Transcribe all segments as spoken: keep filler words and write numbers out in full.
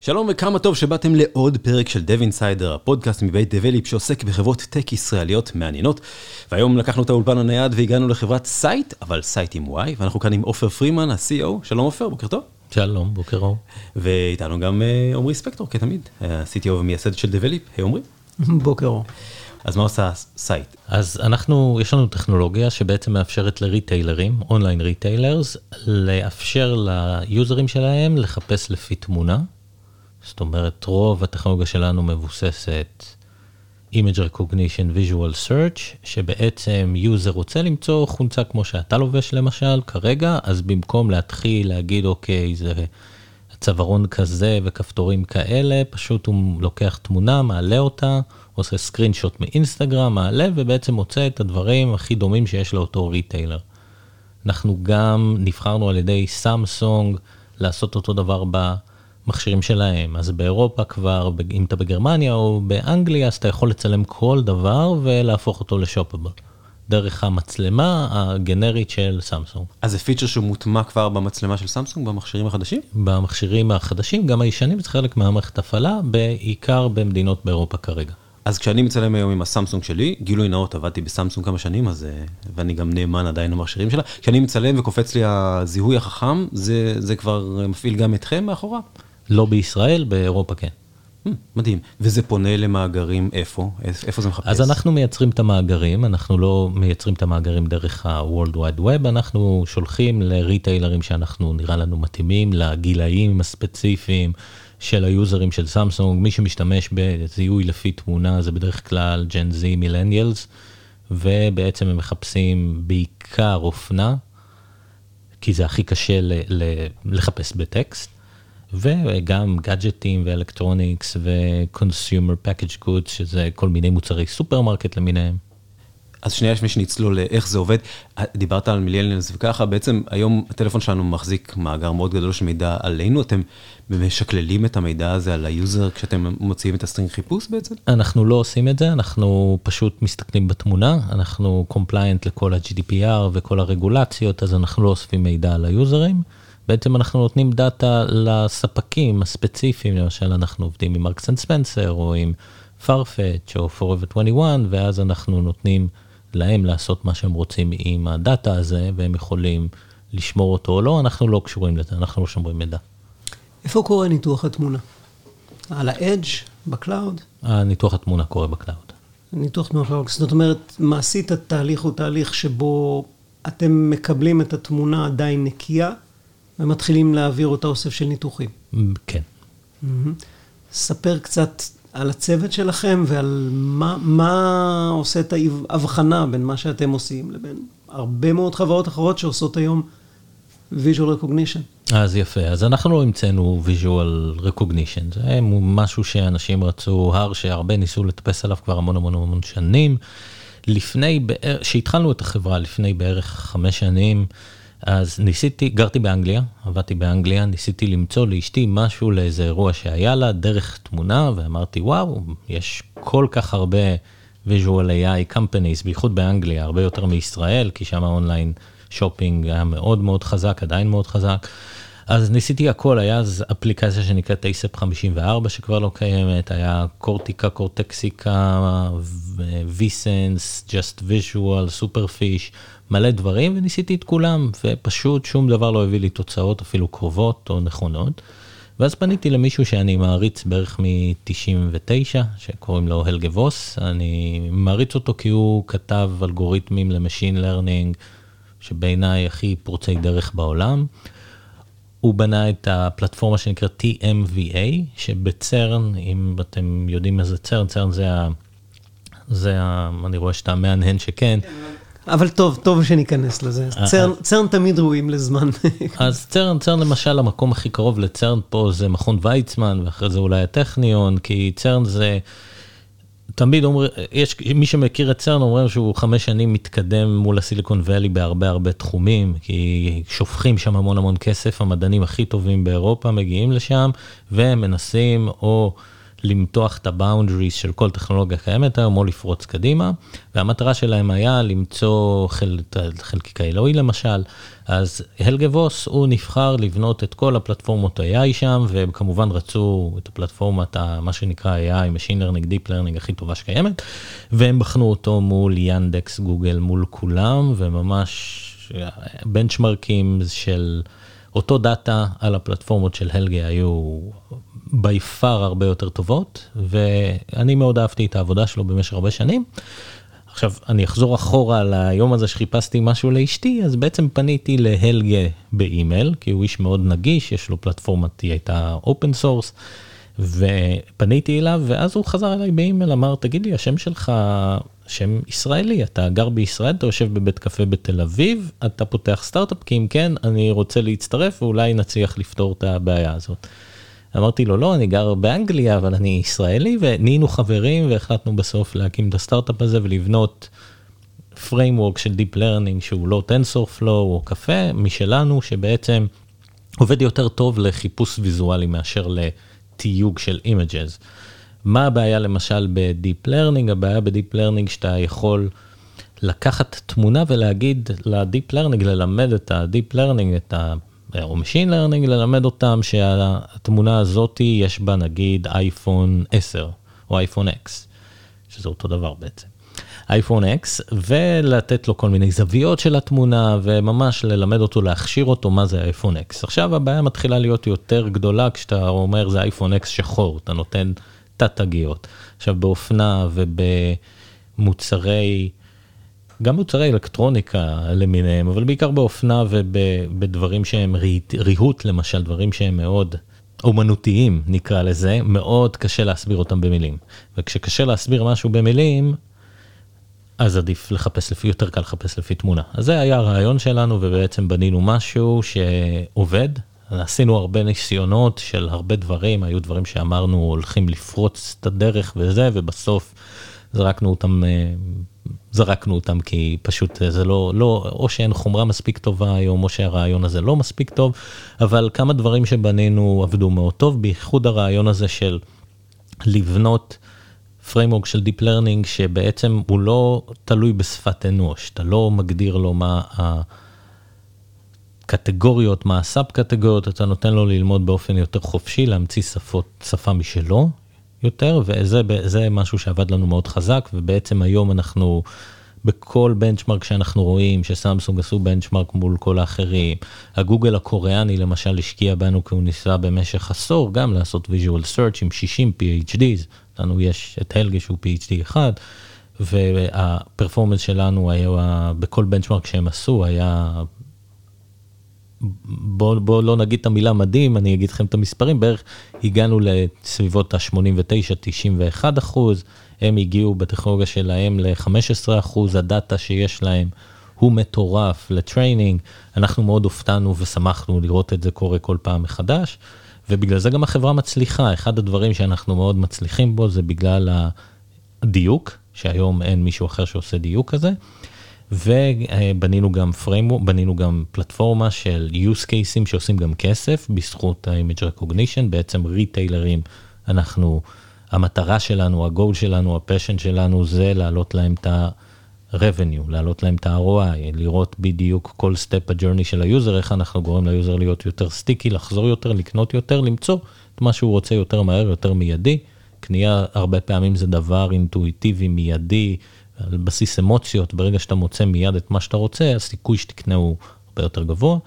שלום וכמה טוב שבאתם לעוד פרק של Dev Insider, הפודקאסט מבית דבליפ שעוסק בחברות טק ישראליות מעניינות. והיום לקחנו את האולפן הנייד והגענו לחברת סייט, אבל סייט עם וואי, ואנחנו כאן עם עופר פרימן, ה-סי אי או. שלום עופר, בוקר טוב. שלום, בוקר אור. ואיתנו גם עומרי ספקטור, כתמיד, ה-סי טי או ומייסד של דבליפ. היי עומרי. בוקר אור. אז מה עושה סייט? אז אנחנו, יש לנו טכנולוגיה שבעצם מאפשרת לריטיילרים, אונליין ריטיילרס, לאפשר ליוזרים שלהם לחפש לפי תמונה. זאת אומרת, רוב הטכנולוגיה שלנו מבוססת Image Recognition Visual Search, שבעצם יוזר רוצה למצוא חולצה כמו שאתה לובש למשל, כרגע, אז במקום להתחיל להגיד, אוקיי, זה צווארון כזה וכפתורים כאלה, פשוט הוא לוקח תמונה, מעלה אותה, עושה סקרינשוט מאינסטגרם, מעלה, ובעצם מוצא את הדברים הכי דומים שיש לאותו ריטיילר. אנחנו גם נבחרנו על ידי סמסונג לעשות אותו דבר במכשירים שלהם. אז באירופה כבר, אם אתה בגרמניה או באנגליה, אז אתה יכול לצלם כל דבר ולהפוך אותו לשופבל. דרך המצלמה הגנרית של סמסונג. אז זה פיצ'ר שהוא מוטמע כבר במצלמה של סמסונג, במכשירים החדשים? במכשירים החדשים, גם הישנים, זה חלק מהמערכת הפעלה, בעיקר במדינות באירופה כרגע. אז כשאני מצלם היום עם הסמסונג שלי, גילוי נאות, עבדתי בסמסונג כמה שנים, אז, ואני גם נאמן עדיין למכשירים שלה, כשאני מצלם וקופץ לי הזיהוי החכם, זה, זה כבר מפעיל גם אתכם מאחורה? לא בישראל, באירופה כן. Hmm, מדהים. וזה פונה למאגרים איפה? איפה זה מחפש? אז אנחנו מייצרים את המאגרים, אנחנו לא מייצרים את המאגרים דרך ה-World Wide Web, אנחנו שולחים לריטיילרים שאנחנו נראה לנו מתאימים, לגילאים הספציפיים, של היוזרים של סמסונג, מי שמשתמש בזיהוי לפי תמונה, זה בדרך כלל ג'ן זי, מילניאלס, ובעצם הם מחפשים בעיקר אופנה, כי זה הכי קשה ל- ל- לחפש בטקסט, וגם גאדג'טים ואלקטרוניקס וקונסיומר פאקג' גודס, שזה כל מיני מוצרי סופרמרקט למיניהם. אז שנייה לפני שנצלול לאיך זה עובד, דיברת על מילניאלס וככה, בעצם היום הטלפון שלנו מחזיק מאגר מאוד גדול של מידע עלינו, אתם משקללים את המידע הזה על היוזר כשאתם מוציאים את הסטרינג חיפוש בעצם? אנחנו לא עושים את זה, אנחנו פשוט מסתכלים בתמונה, אנחנו compliant לכל ה-ג'י די פי אר וכל הרגולציות, אז אנחנו לא אוספים מידע על היוזרים, בעצם אנחנו נותנים דאטה לספקים הספציפיים, למשל אנחנו עובדים עם מרקס אנד ספנסר או עם Farfetch או Forever עשרים ואחת, ואז אנחנו נותנים להם לעשות מה שהם רוצים עם הדאטה הזה, והם יכולים לשמור אותו או לא, אנחנו לא קשורים לזה, אנחנו לא שומרים מידע. איפה קורה ניתוח התמונה? על ה-Edge, בקלאוד? הניתוח התמונה קורה בקלאוד. ניתוח תמונה בקלאוד, זאת אומרת, מעשית התהליך הוא תהליך שבו אתם מקבלים את התמונה עדיין נקייה, ומתחילים להעביר אותה אוסף של ניתוחים. כן. ספר קצת על הצוות שלכם ועל מה, מה עושה את ההבחנה בין מה שאתם עושים לבין הרבה מאוד חברות אחרות שעושות היום visual recognition. אז יפה, אז אנחנו לא המצאנו visual recognition, זה משהו שאנשים רצו, הר שהרבה ניסו לטפס עליו כבר המון המון המון שנים. לפני, שהתחלנו את החברה לפני בערך חמש שנים, אז ניסיתי, גרתי באנגליה, עבדתי באנגליה, ניסיתי למצוא לאשתי משהו לאיזה אירוע שהיה לה, דרך תמונה, ואמרתי, וואו, יש כל כך הרבה visual איי איי companies, בייחוד באנגליה, הרבה יותר מישראל, כי שם האונליין שופינג היה מאוד מאוד חזק, עדיין מאוד חזק. אז ניסיתי הכל, היה אז אפליקציה שנקראת אייספ חמישים וארבע, שכבר לא קיימת, היה קורטיקה, קורטקסיקה, ויסנס, ג'סט ויז'ואל, סופרפיש, מלא דברים, וניסיתי את כולם, ופשוט שום דבר לא הביא לי תוצאות, אפילו קרובות או נכונות. ואז פניתי למישהו שאני מעריץ בערך מ-תשעים ותשע, שקוראים לו הלגה ווס, אני מעריץ אותו כי הוא כתב אלגוריתמים למשין לרנינג, שבעיניי הכי פורצי דרך בעולם. הוא בנה את הפלטפורמה שנקראת טי אם וי איי, שבצרן, אם אתם יודעים מה זה צרן, צרן זה ה... זה ה... אני רואה שאתה מהנהן שכן. אבל טוב, טוב שניכנס לזה. צרן, צרן תמיד ראויים לזמן. אז צרן, צרן למשל, המקום הכי קרוב לצרן פה זה מכון ויצמן, ואחרי זה אולי הטכניון, כי צרן זה... תמיד אומר, יש, מי שמכיר את צרן אומר שהוא חמש שנים מתקדם מול הסיליקון ואלי בהרבה הרבה תחומים, כי שופכים שם המון המון כסף, המדענים הכי טובים באירופה מגיעים לשם, והם מנסים או למתוח את הבאונדריס של כל טכנולוגיה קיימת היום, או לפרוץ קדימה, והמטרה שלהם היה למצוא חל, חלקיקי אלוהי למשל, אז הלגה ווס הוא נבחר לבנות את כל הפלטפורמות ה-איי איי שם, וכמובן רצו את הפלטפורמת, מה שנקרא איי איי, Machine Learning, Deep Learning הכי טובה שקיימת, והם בחנו אותו מול ינדקס, גוגל, מול כולם, וממש בנצ'מרקים של אותו דאטה על הפלטפורמות של הלגה היו by far הרבה יותר טובות, ואני מאוד אהבתי את העבודה שלו במשך הרבה שנים. עכשיו, אני אחזור אחורה על היום הזה שחיפשתי משהו לאשתי, אז בעצם פניתי להלגה באימייל, כי הוא איש מאוד נגיש, יש לו פלטפורמת, היא הייתה אופן סורס, ופניתי אליו, ואז הוא חזר אליי באימייל, אמר, תגיד לי, השם שלך שם ישראלי, אתה גר בישראל, אתה יושב בבית קפה בתל אביב, אתה פותח סטארט-אפ, כי אם כן, אני רוצה להצטרף, ואולי נצליח לפתור את הבעיה הזאת. אמרתי לו, לא, אני גר באנגליה, אבל אני ישראלי, ונהיינו חברים, והחלטנו בסוף להקים את הסטארט-אפ הזה, ולבנות framework של Deep Learning, שהוא לא TensorFlow או קפה, משלנו, שבעצם עובד יותר טוב לחיפוש ויזואלי, מאשר לתיוג של images. מה הבעיה למשל ב-Deep Learning? הבעיה ב-Deep Learning שאתה יכול לקחת תמונה ולהגיד ל-Deep Learning, ללמד את ה-Deep Learning, את ה- או Machine Learning, ללמד אותם שהתמונה הזאת יש בה נגיד אייפון עשר או אייפון אקס, שזה אותו דבר בעצם. אייפון אקס, ולתת לו כל מיני זוויות של התמונה, וממש ללמד אותו, להכשיר אותו מה זה אייפון אקס. עכשיו הבעיה מתחילה להיות יותר גדולה, כשאתה אומר זה אייפון אקס שחור, אתה נותן תת-תגיות. עכשיו באופנה ובמוצרי, גם מוצרי אלקטרוניקה למיניהם, אבל בעיקר באופנה ובדברים שהם ריהוט למשל, דברים שהם מאוד אומנותיים נקרא לזה, מאוד קשה להסביר אותם במילים. וכשקשה להסביר משהו במילים, אז עדיף לחפש לפי, יותר קל לחפש לפי תמונה. אז זה היה הרעיון שלנו, ובעצם בנינו משהו שעובד. עשינו הרבה ניסיונות של הרבה דברים, היו דברים שאמרנו הולכים לפרוץ את הדרך וזה, ובסוף זרקנו אותם, זרקנו אותם כי פשוט זה לא, לא, או שאין חומרה מספיק טובה היום, או שהרעיון הזה לא מספיק טוב, אבל כמה דברים שבנינו עבדו מאוד טוב, בייחוד הרעיון הזה של לבנות framework של Deep Learning, שבעצם הוא לא תלוי בשפת אנוש, אתה לא מגדיר לו מה הקטגוריות, מה הסאב קטגוריות, אתה נותן לו ללמוד באופן יותר חופשי, להמציא שפות, שפה משלו יותר, וזה זה משהו שעבד לנו מאוד חזק, ובעצם היום אנחנו, בכל בנצ'מרק שאנחנו רואים, שסמסונג עשו בנצ'מרק מול כל האחרים, הגוגל הקוריאני למשל השקיע בנו, כי הוא ניסה במשך עשור גם לעשות visual search עם שישים פי אייץ' דיז, לנו יש את הלגה שהוא פי אייץ' די אחד, והפרפורמנס שלנו היה, בכל בנצ'מרק שהם עשו, היה, בואו בוא לא נגיד את המילה מדהים, אני אגיד לכם את המספרים, בערך הגענו לסביבות ה-שמונים ותשע תשעים ואחד אחוז, הם הגיעו בטכנולוגיה שלהם ל-חמישה עשר אחוז, הדאטה שיש להם הוא מטורף לטריינינג, אנחנו מאוד הופתענו ושמחנו לראות את זה קורה כל פעם מחדש, ובגלל זה גם החברה מצליחה, אחד הדברים שאנחנו מאוד מצליחים בו, זה בגלל הדיוק, שהיום אין מישהו אחר שעושה דיוק כזה, ובנינו גם framework, בנינו גם פלטפורמה של use cases שעושים גם כסף, בזכות ה-image recognition, בעצם ריטיילרים, אנחנו, המטרה שלנו, הגול שלנו, הפשן שלנו, זה להעלות להם את ה-revenue, להעלות להם את ה-אר או איי, לראות בדיוק כל step ה-journey של היוזר, איך אנחנו גורם ליוזר להיות יותר סטיקי, לחזור יותר, לקנות יותר, למצוא את מה שהוא רוצה יותר מהר, יותר מיידי, קנייה הרבה פעמים זה דבר אינטואיטיבי, מיידי, על בסיס אמוציות, ברגע שאתה מוצא מיד את מה שאתה רוצה, הסיכוי שתקנה הוא הרבה יותר גבוה.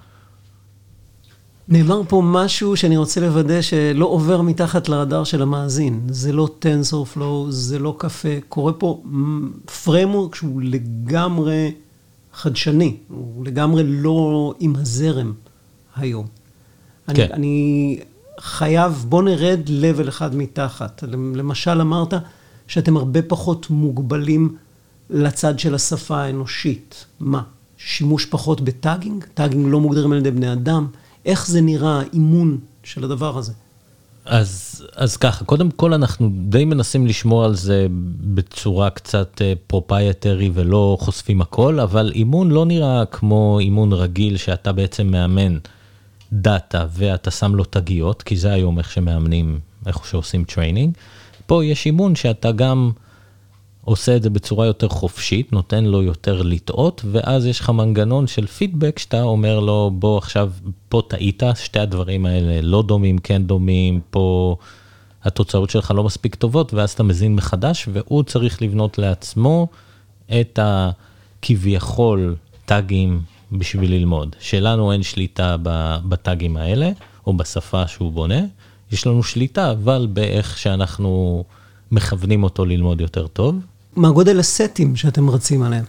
נאמר פה משהו שאני רוצה לוודא שלא עובר מתחת לרדאר של המאזין. זה לא TensorFlow, זה לא קפה. קורה פה framework שהוא לגמרי חדשני, הוא לגמרי לא עם הזרם היום. כן. אני, אני חייב, בוא נרד level אחד מתחת. למשל אמרת שאתם הרבה פחות מוגבלים לצד של השפה האנושית. מה? שימוש פחות בטאגינג? טאגינג לא מוגדרים על ידי בני אדם? איך זה נראה, אימון של הדבר הזה? אז, אז ככה, קודם כל אנחנו די מנסים לשמור על זה בצורה קצת פרופייטרי ולא חושפים הכל, אבל אימון לא נראה כמו אימון רגיל שאתה בעצם מאמן דאטה ואתה שם לו תגיות, כי זה היום איך שמאמנים איך שעושים טריינינג. פה יש אימון שאתה גם עושה את זה בצורה יותר חופשית, נותן לו יותר לטעות, ואז יש לך מנגנון של פידבק, שאתה אומר לו, בוא עכשיו, פה טעית, שתי הדברים האלה לא דומים, כן דומים, פה התוצאות שלך לא מספיק טובות, ואז אתה מזין מחדש, והוא צריך לבנות לעצמו את הכביכול טאגים בשביל ללמוד. שלנו אין שליטה בטאגים האלה, או בשפה שהוא בונה, יש לנו שליטה, אבל באיך שאנחנו מכוונים אותו ללמוד יותר טוב. מה גודל הסטים שאתם רצים עליהם?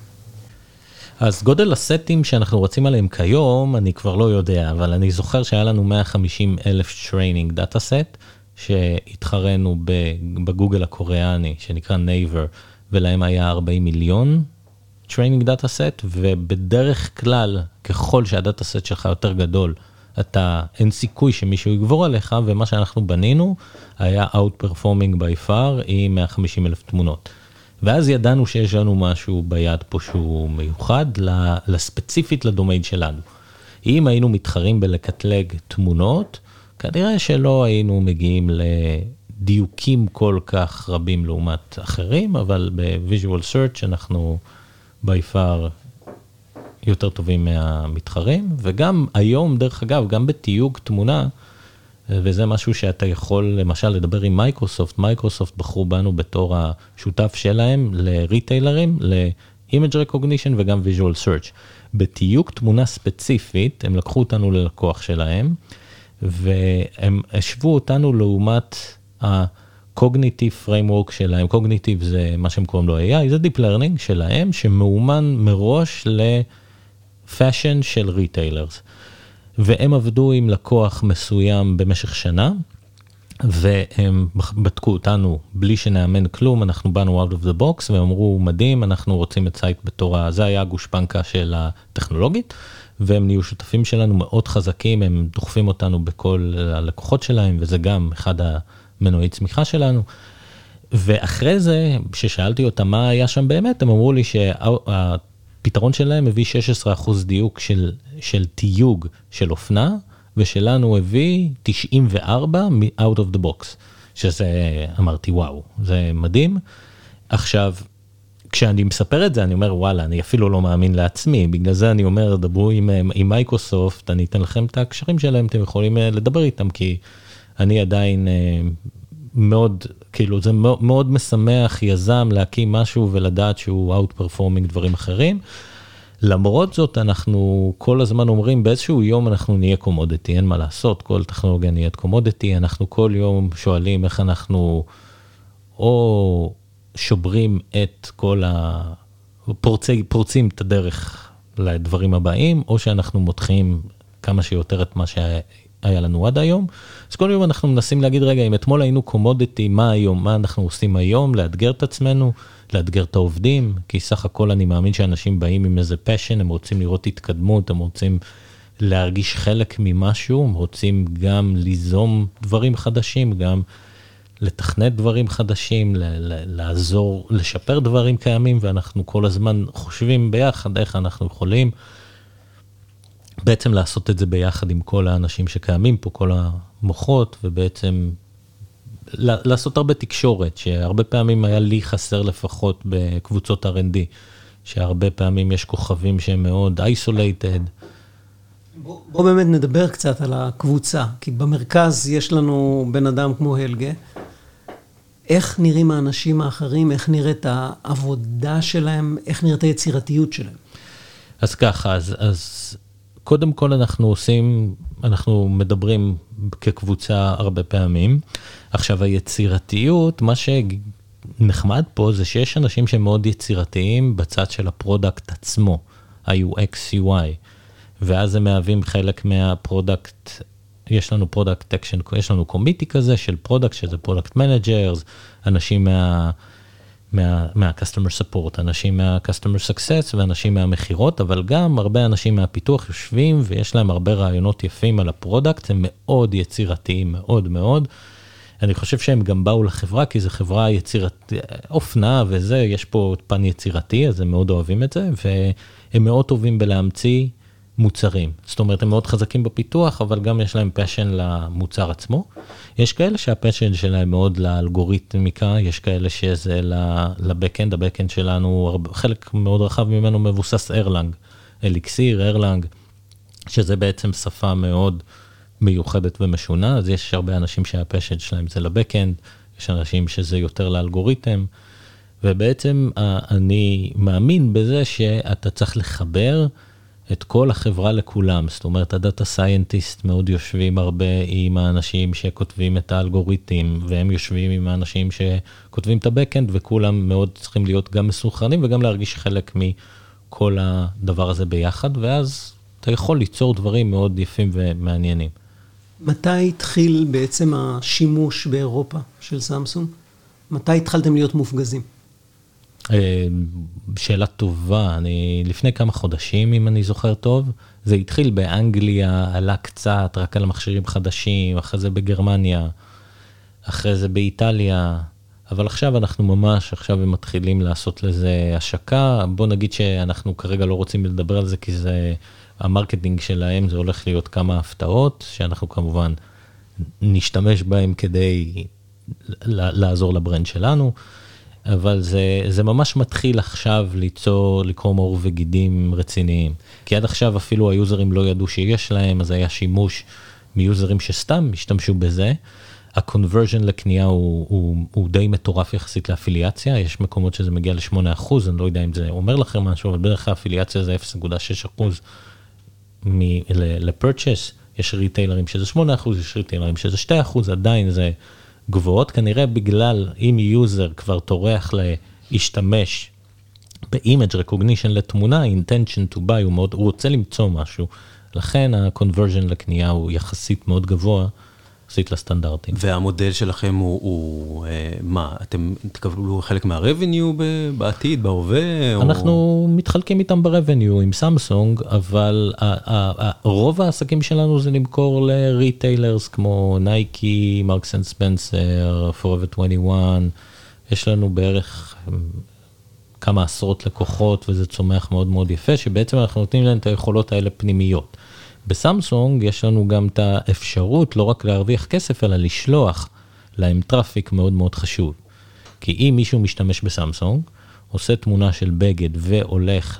אז גודל הסטים שאנחנו רצים עליהם כיום, אני כבר לא יודע, אבל אני זוכר שהיה לנו מאה וחמישים אלף טריינינג דאטה סט, שהתחרנו בגוגל הקוריאני, שנקרא נייבר, ולהם היה ארבעים מיליון טריינינג דאטה סט, ובדרך כלל, ככל שהדאטה סט שלך יותר גדול, אתה, אין סיכוי שמישהו יגבור עליך, ומה שאנחנו בנינו היה outperforming by far עם מאה וחמישים אלף תמונות. ואז ידענו שיש לנו משהו ביד פה שהוא מיוחד, לספציפית לדומיין שלנו. אם היינו מתחרים בלקטלג תמונות, כנראה שלא היינו מגיעים לדיוקים כל כך רבים לעומת אחרים, אבל ב-Visual Search אנחנו by far יותר טובים מהמתחרים, וגם היום, דרך אגב, גם בתיוג תמונה, וזה משהו שאתה יכול למשל לדבר עם מייקרוסופט, מייקרוסופט בחרו בנו בתור השותף שלהם לריטיילרים, ל-Image Recognition וגם Visual Search. בתיוג תמונה ספציפית, הם לקחו אותנו ללקוח שלהם, והם השוו אותנו לעומת ה-Cognitive Framework שלהם, Cognitive זה מה שהם קוראים לו איי איי, זה Deep Learning שלהם, שמאומן מראש ל-Fashion של ריטיילרס. והם עבדו עם לקוח מסוים במשך שנה, והם בדקו אותנו בלי שנאמן כלום, אנחנו באנו out of the box, והם אמרו, מדהים, אנחנו רוצים את סייט בתור, זה היה הגושפנקה של הטכנולוגית, והם נהיו שותפים שלנו מאוד חזקים, הם דוחפים אותנו בכל הלקוחות שלהם, וזה גם אחד המנועי צמיחה שלנו. ואחרי זה, כששאלתי אותם מה היה שם באמת, הם אמרו לי שהפתרון שלהם הביא שש עשרה אחוז דיוק של, של תיוג של אופנה, ושלנו הביא תשעים וארבע out of the box, שזה, אמרתי, וואו, זה מדהים. עכשיו, כשאני מספר את זה, אני אומר, וואלה, אני אפילו לא מאמין לעצמי, בגלל זה אני אומר, דברו עם, עם מייקרוסופט, אני אתן לכם את הקשרים שלהם, אתם יכולים לדבר איתם, כי אני עדיין מאוד, כאילו, זה מאוד, מאוד משמח יזם להקים משהו ולדעת שהוא outperforming דברים אחרים. למרות זאת, אנחנו כל הזמן אומרים, באיזשהו יום אנחנו נהיה קומודיטי, אין מה לעשות, כל טכנולוגיה נהיית קומודיטי, אנחנו כל יום שואלים איך אנחנו או שוברים את כל הפורצים, פורצים את הדרך לדברים הבאים, או שאנחנו מותחים כמה שיותר את מה שהיה לנו עד היום. אז כל יום אנחנו מנסים להגיד, רגע, אם אתמול היינו קומודיטי, מה היום, מה אנחנו עושים היום, לאתגר את עצמנו, לאתגר את העובדים, כי סך הכל אני מאמין שאנשים באים עם איזה פשן, הם רוצים לראות התקדמות, הם רוצים להרגיש חלק ממשהו, הם רוצים גם ליזום דברים חדשים, גם לתכנת דברים חדשים, לעזור, לשפר דברים קיימים, ואנחנו כל הזמן חושבים ביחד איך אנחנו יכולים בעצם לעשות את זה ביחד עם כל האנשים שקיימים פה, כל המוחות, ובעצם לעשות הרבה תקשורת, שהרבה פעמים היה לי חסר לפחות בקבוצות אר אנד די, שהרבה פעמים יש כוכבים שהם מאוד isolated. בוא, בוא באמת נדבר קצת על הקבוצה, כי במרכז יש לנו בן אדם כמו הלגה, איך נראים האנשים האחרים, איך נראית העבודה שלהם, איך נראית היצירתיות שלהם? אז ככה, אז, אז קודם כל אנחנו עושים, אנחנו מדברים כקבוצה הרבה פעמים. עכשיו היצירתיות, מה שנחמד פה זה שיש אנשים שהם מאוד יצירתיים בצד של הפרודקט עצמו, ה-יו אקס יו איי, ואז הם מהווים חלק מהפרודקט, יש לנו פרודקט אקשן, יש לנו קומיטי כזה של פרודקט, שזה פרודקט מנג'רס, אנשים מה... מה, מה-customer support, אנשים מה-customer success ואנשים מהמחירות, אבל גם הרבה אנשים מהפיתוח יושבים ויש להם הרבה רעיונות יפים על הפרודקט, הם מאוד יצירתיים, מאוד מאוד. אני חושב שהם גם באו לחברה, כי זו חברה יצירתית, אופנה וזה, יש פה פן יצירתי, אז הם מאוד אוהבים את זה, והם מאוד טובים בלהמציא מוצרים. זאת אומרת, הם מאוד חזקים בפיתוח, אבל גם יש להם פשן למוצר עצמו. יש כאלה שהפשן שלהם מאוד לאלגוריתמיקה, יש כאלה שזה לבקאנד, הבקאנד שלנו, חלק מאוד רחב ממנו מבוסס ארלנג, אליקסיר, ארלנג, שזה בעצם שפה מאוד מיוחדת ומשונה, אז יש הרבה אנשים שהפשן שלהם זה לבקאנד, יש אנשים שזה יותר לאלגוריתם, ובעצם אני מאמין בזה שאתה צריך לחבר את כל החברה לכולם, זאת אומרת, הדאטה סיינטיסט מאוד יושבים הרבה עם האנשים שכותבים את האלגוריתם, והם יושבים עם האנשים שכותבים את הבקאנד, וכולם מאוד צריכים להיות גם מסונכרנים, וגם להרגיש חלק מכל הדבר הזה ביחד, ואז אתה יכול ליצור דברים מאוד יפים ומעניינים. מתי התחיל בעצם השימוש באירופה של סמסונג? מתי התחלתם להיות מופגזים? שאלה טובה, אני לפני כמה חודשים, אם אני זוכר טוב, זה התחיל באנגליה, עלה קצת, רק על מכשירים חדשים, אחרי זה בגרמניה, אחרי זה באיטליה, אבל עכשיו אנחנו ממש, עכשיו הם מתחילים לעשות לזה השקה, בוא נגיד שאנחנו כרגע לא רוצים לדבר על זה, כי זה, המרקטינג שלהם, זה הולך להיות כמה הפתעות, שאנחנו כמובן נשתמש בהם כדי לעזור לברנד שלנו, אבל זה, זה ממש מתחיל עכשיו ליצור, לקרוא מאור וגידים רציניים. כי עד עכשיו אפילו היוזרים לא ידעו שיש להם, אז היה שימוש מיוזרים שסתם השתמשו בזה. הקונברז'ן לקנייה הוא, הוא, הוא די מטורף יחסית לאפיליאציה, יש מקומות שזה מגיע ל-שמונה אחוז, אני לא יודע אם זה אומר לכם משהו, אבל בדרך כלל האפיליאציה זה אפס נקודה שש אחוז לפרצ'ס, יש ריטיילרים שזה שמונה אחוז, יש ריטיילרים שזה שני אחוז, עדיין זה גבוהות, כנראה בגלל אם יוזר כבר תורח להשתמש ב-image recognition לתמונה, intention to buy, הוא, מאוד, הוא רוצה למצוא משהו, לכן ה-conversion לקנייה הוא יחסית מאוד גבוה, יחסית לסטנדרטים. והמודל שלכם הוא, הוא מה? אתם תקבלו חלק מה-revenue בעתיד, בהווה? אנחנו או... מתחלקים איתם ב-revenue עם סמסונג, אבל רוב העסקים שלנו זה למכור ל-retailers כמו נייקי, מרקס אנד ספנסר, פוראבר עשרים ואחת, יש לנו בערך כמה עשרות לקוחות, וזה צומח מאוד מאוד יפה, שבעצם אנחנו נותנים להם את היכולות האלה פנימיות. בסמסונג יש לנו גם את האפשרות לא רק להרוויח כסף, אלא לשלוח להם טראפיק מאוד מאוד חשוב. כי אם מישהו משתמש בסמסונג, עושה תמונה של בגד והולך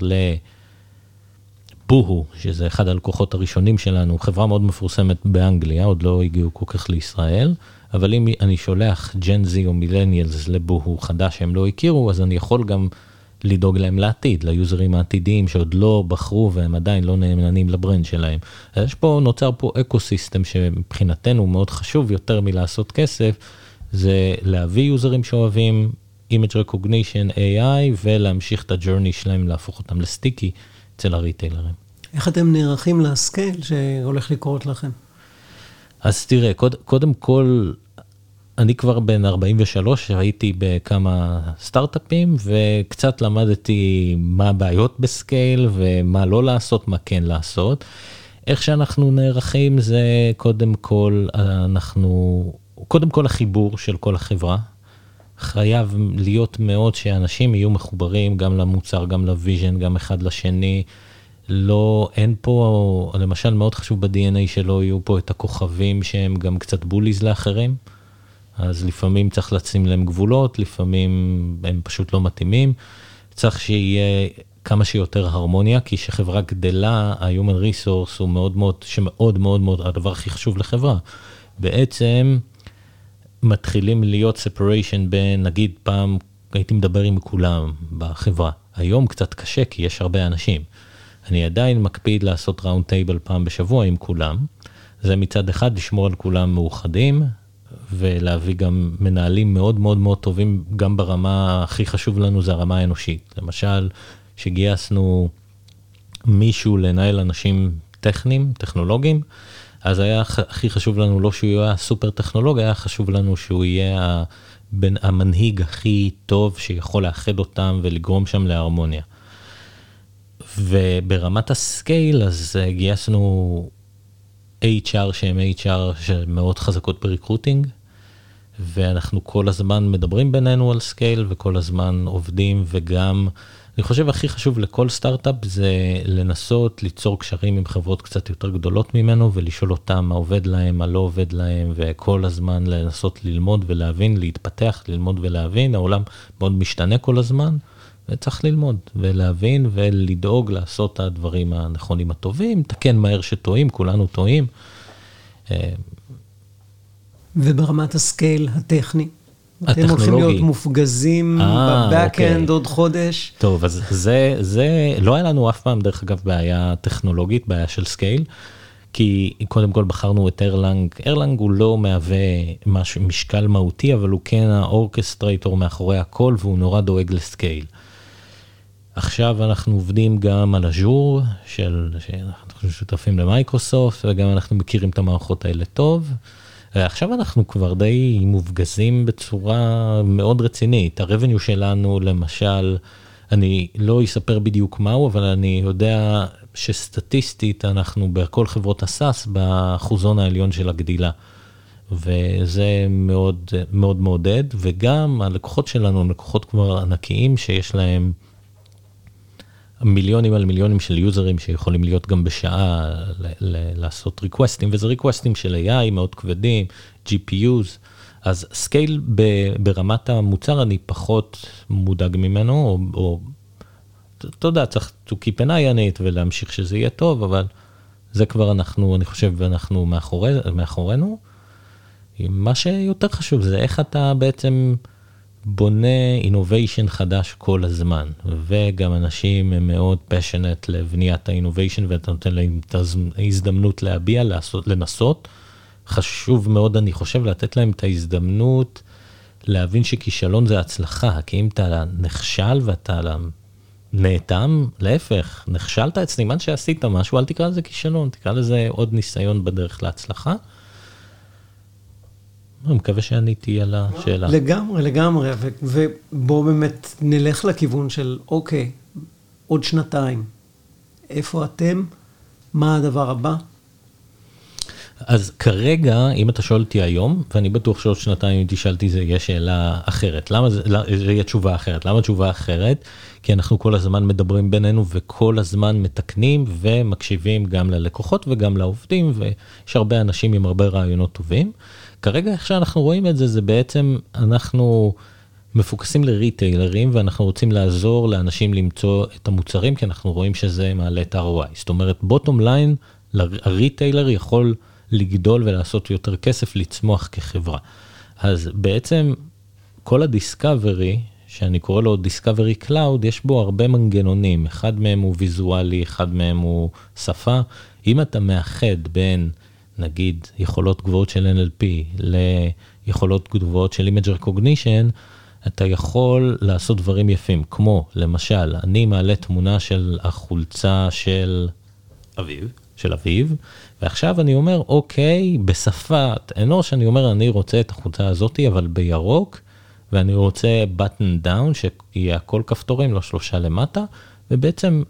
לבוהו, שזה אחד הלקוחות הראשונים שלנו, חברה מאוד מפורסמת באנגליה, עוד לא הגיעו כל כך לישראל, אבל אם אני שולח ג'ן זי או מילניאלס לבוהו חדש שהם לא הכירו, אז אני יכול גם לדאוג להם לעתיד, ליוזרים העתידיים שעוד לא בחרו והם עדיין לא נאמנים לברנד שלהם. אז יש פה, נוצר פה אקוסיסטם שמבחינתנו מאוד חשוב יותר מלעשות כסף, זה להביא יוזרים שאוהבים image recognition, איי איי, ולהמשיך את הג'ורני שלהם, להפוך אותם לסטיקי אצל הריטיילרים. איך אתם נערכים לסקייל שהולך לקרות לכם? אז תראה, קוד, קודם כל, אני כבר בן ארבעים ושלוש, הייתי בכמה סטארט-אפים, וקצת למדתי מה הבעיות בסקייל, ומה לא לעשות, מה כן לעשות. איך שאנחנו נערכים זה קודם כל, אנחנו, קודם כל החיבור של כל החברה, חייב להיות מאוד שאנשים יהיו מחוברים גם למוצר, גם לוויז'ן, גם אחד לשני, לא, אין פה, למשל מאוד חשוב ב-די אן איי שלו, יהיו פה את הכוכבים שהם גם קצת בוליז לאחרים, אז לפעמים צריך לשים להם גבולות, לפעמים הם פשוט לא מתאימים, צריך שיהיה כמה שיותר הרמוניה, כי שחברה גדלה, ה-human resource הוא מאוד מאוד, שמאוד מאוד מאוד, הדבר הכי חשוב לחברה. בעצם מתחילים להיות separation בין, נגיד פעם הייתי מדבר עם כולם בחברה, היום קצת קשה כי יש הרבה אנשים. אני עדיין מקפיד לעשות ראונד טייבל פעם בשבוע עם כולם, זה מצד אחד לשמור על כולם מאוחדים, ולהביא גם מנהלים מאוד מאוד מאוד טובים, גם ברמה הכי חשוב לנו זה הרמה האנושית. למשל, שגייסנו מישהו לנהל אנשים טכניים, טכנולוגיים, אז היה הכי חשוב לנו לא שהוא יהיה סופר טכנולוג, היה חשוב לנו שהוא יהיה המנהיג הכי טוב שיכול לאחד אותם ולגרום שם להרמוניה. וברמת הסקייל, אז גייסנו אייץ' אר שהם אייץ' אר שמאוד חזקות בריקרוטינג, ואנחנו כל הזמן מדברים בינינו על סקייל, וכל הזמן עובדים, וגם, אני חושב הכי חשוב לכל סטארט-אפ, זה לנסות ליצור קשרים עם חברות קצת יותר גדולות ממנו, ולשאול אותם מה עובד להם, מה לא עובד להם, וכל הזמן לנסות ללמוד ולהבין, להתפתח, ללמוד ולהבין, העולם מאוד משתנה כל הזמן, וצריך ללמוד ולהבין, ולדאוג לעשות את הדברים הנכונים הטובים, תקן מהר שטועים, כולנו טועים. וברמת הסקייל הטכני? הטכנולוגי. אתם הולכים להיות מופגזים בבאק-אנד עוד חודש? טוב, אז זה, זה, לא היה לנו אף פעם, דרך אגב, בעיה טכנולוגית, בעיה של סקייל, כי קודם כל בחרנו את ארלנג, ארלנג הוא לא מהווה משהו, משקל מהותי, אבל הוא כן האורקסטרייטור מאחורי הכל, והוא נורא דואג לסקייל. עכשיו אנחנו עובדים גם על אז'ור, של, שאנחנו שותפים למייקרוסופט, וגם אנחנו מכירים את המערכות האלה טוב, עכשיו אנחנו כבר די מופגזים בצורה מאוד רצינית. הרבניו שלנו, למשל, אני לא אספר בדיוק מהו, אבל אני יודע שסטטיסטית אנחנו בכל חברות הסאס באחוזון העליון של הגדילה. וזה מאוד מאוד מעודד, וגם הלקוחות שלנו, לקוחות כבר ענקיים שיש להם מיליונים על מיליונים של יוזרים שיכולים להיות גם בשעה ל- ל- לעשות ריקווסטים, וזה ריקווסטים של איי איי מאוד כבדים, ג'י פי יוז, אז סקייל ב- ברמת המוצר אני פחות מודאג ממנו, או, או אתה יודע, צריך to keep an eye on it ולהמשיך שזה יהיה טוב, אבל זה כבר אנחנו, אני חושב, אנחנו מאחורי, מאחורינו. מה שיותר חשוב זה איך אתה בעצם בונה innovation חדש כל הזמן, וגם אנשים הם מאוד passionate לבניית ה-innovation, ואתה נותן להם את ההזדמנות להביע, לעשות, לנסות. חשוב מאוד, אני חושב, לתת להם את ההזדמנות להבין שכישלון זה הצלחה, כי אם אתה נכשל ואתה נאטם, להפך, נכשלת את סימן שעשית משהו, אל תקרא לזה כישלון, תקרא לזה עוד ניסיון בדרך להצלחה. אני מקווה שעניתי על השאלה. לגמרי, לגמרי, ובואו באמת נלך לכיוון של, אוקיי, עוד שנתיים, איפה אתם? מה הדבר הבא? אז כרגע, אם אתה שואל אותי היום, ואני בטוח שעוד שנתיים אם תשאלתי זה יהיה שאלה אחרת. למה זה, זה יהיה תשובה אחרת? למה תשובה אחרת? כי אנחנו כל הזמן מדברים בינינו, וכל הזמן מתקנים ומקשיבים גם ללקוחות וגם לעובדים, ויש הרבה אנשים עם הרבה רעיונות טובים. כרגע איך שאנחנו רואים את זה, זה בעצם אנחנו מפוקסים לריטיילרים, ואנחנו רוצים לעזור לאנשים למצוא את המוצרים, כי אנחנו רואים שזה מעלה את ה-אר או איי. זאת אומרת, בוטום ליין, הריטיילר יכול לגדול ולעשות יותר כסף, לצמוח כחברה. אז בעצם כל הדיסקאברי, שאני קורא לו דיסקאברי קלאוד, יש בו הרבה מנגנונים. אחד מהם הוא ויזואלי, אחד מהם הוא שפה. אם אתה מאחד בין נגיד יכולות גבוהות של אן אל פי ליכולות גבוהות של Image Recognition, אתה יכול לעשות דברים יפים, כמו למשל, אני מעלה תמונה של החולצה של אביב, של אביב, ועכשיו אני אומר, אוקיי, בשפת אנוש, אני אומר, אני רוצה את החולצה הזאת, אבל בירוק, ואני רוצה button down, שיהיה הכל כפתורים, לא שלושה למטה, ובעצם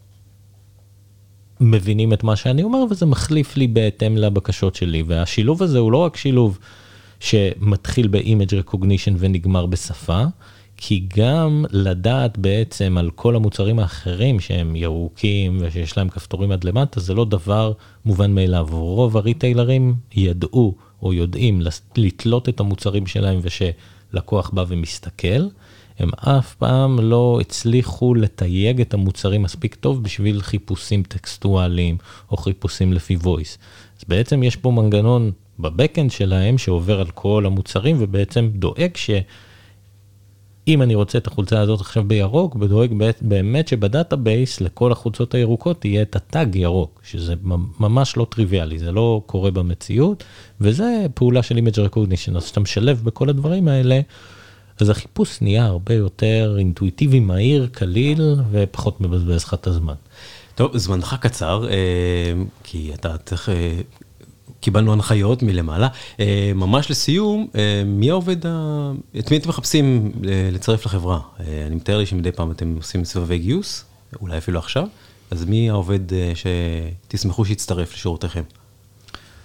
מבינים את מה שאני אומר, וזה מחליף לי בהתאם לבקשות שלי, והשילוב הזה הוא לא רק שילוב שמתחיל ב-Image Recognition ונגמר בשפה, כי גם לדעת בעצם על כל המוצרים האחרים שהם ירוקים ושיש להם כפתורים עד למטה, זה לא דבר מובן מאליו. רוב הריטיילרים ידעו או יודעים לתלות את המוצרים שלהם ושלקוח בא ומסתכל, הם אף פעם לא הצליחו לתייג את המוצרים מספיק טוב בשביל חיפושים טקסטואליים או חיפושים לפי voice. אז בעצם יש פה מנגנון בבקאנד שלהם שעובר על כל המוצרים ובעצם דואג שאם אני רוצה את החולצה הזאת עכשיו בירוק, בדואג באמת שבדאטאבייס לכל החולצות הירוקות יהיה את הטאג ירוק, שזה ממש לא טריוויאלי, זה לא קורה במציאות, וזה פעולה של Image Recognition, אז שאתה משלב בכל הדברים האלה, אז החיפוש נהיה הרבה יותר אינטואיטיבי, מהיר, קליל, ופחות מבזבז לך את הזמן. טוב, זמנך קצר, כי אתה צריך, קיבלנו הנחיות מלמעלה. ממש לסיום, מי העובד, את מי אתם מחפשים לצרף לחברה? אני מתאר לי שמדי פעם אתם עושים סבבי גיוס, אולי אפילו עכשיו, אז מי העובד שתשמחו שיצטרף לשירותיכם?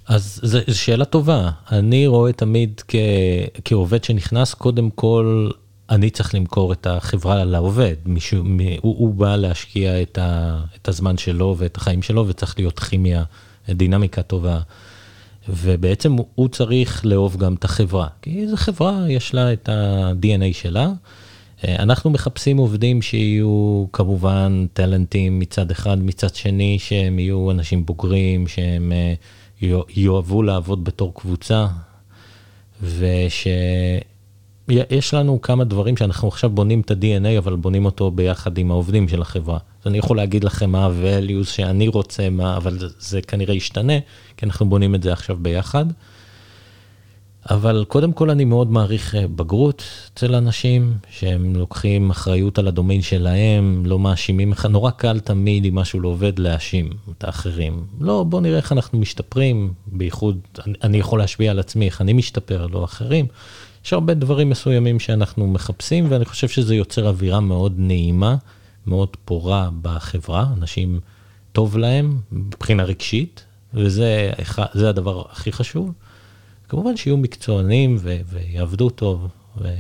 אז זו שאלה טובה. אני רואה תמיד כ, כעובד שנכנס, קודם כל, אני צריך למכור את החברה לעובד. מישהו, הוא, הוא בא להשקיע את, ה, את הזמן שלו ואת החיים שלו, וצריך להיות כימיה, דינמיקה טובה. ובעצם הוא צריך לאהוב גם את החברה. כי זו חברה, יש לה את ה-די אן איי שלה. אנחנו מחפשים עובדים שיהיו כמובן טלנטים מצד אחד, מצד שני, שהם יהיו אנשים בוגרים, שהם יאהבו לעבוד בתור קבוצה, וש... יש לנו כמה דברים שאנחנו עכשיו בונים את ה-די אן איי, אבל בונים אותו ביחד עם העובדים של החברה. אז אני יכול להגיד לכם מה ה-values שאני רוצה, מה, אבל זה, זה כנראה ישתנה, כי אנחנו בונים את זה עכשיו ביחד. אבל קודם כל אני מאוד מעריך בגרות אצל אנשים, שהם לוקחים אחריות על הדומיין שלהם, לא מאשימים, נורא קל תמיד אם משהו לא עובד להאשים את האחרים. לא, בוא נראה איך אנחנו משתפרים, בייחוד, אני, אני יכול להשפיע על עצמי, איך אני משתפר, לא אחרים. יש הרבה דברים מסוימים שאנחנו מחפשים, ואני חושב שזה יוצר אווירה מאוד נעימה, מאוד פורה בחברה, אנשים טוב להם, מבחינה רגשית, וזה זה הדבר הכי חשוב. כמובן שיהיו מקצוענים ו- ויעבדו טוב. ו...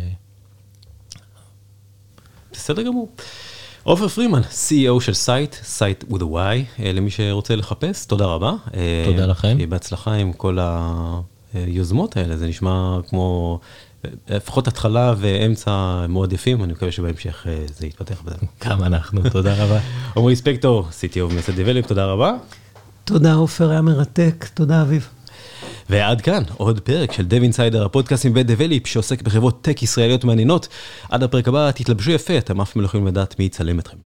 בסדר גמור. עופר פרימן, סי אי או של סייט, סייט with a Y, למי שרוצה לחפש, תודה רבה. תודה לכם. בהצלחה עם כל היוזמות האלה, זה נשמע כמו... לפחות התחלה ואמצע מאוד יפים, אני מקווה שבהמשך זה יתפתח בזה. גם אנחנו, תודה רבה. עומרי ספקטור, סי טי או ומייסד דבלופ, תודה רבה. תודה עופר, היה מרתק, תודה אביב. ועד כאן, עוד פרק של Dev Insider, הפודקאסט מבית דבליפ, שעוסק בחברות טק ישראליות מעניינות. עד הפרק הבא, תתלבשו יפה, אתם אף פעם לא יכולים לדעת מי יצלם אתכם.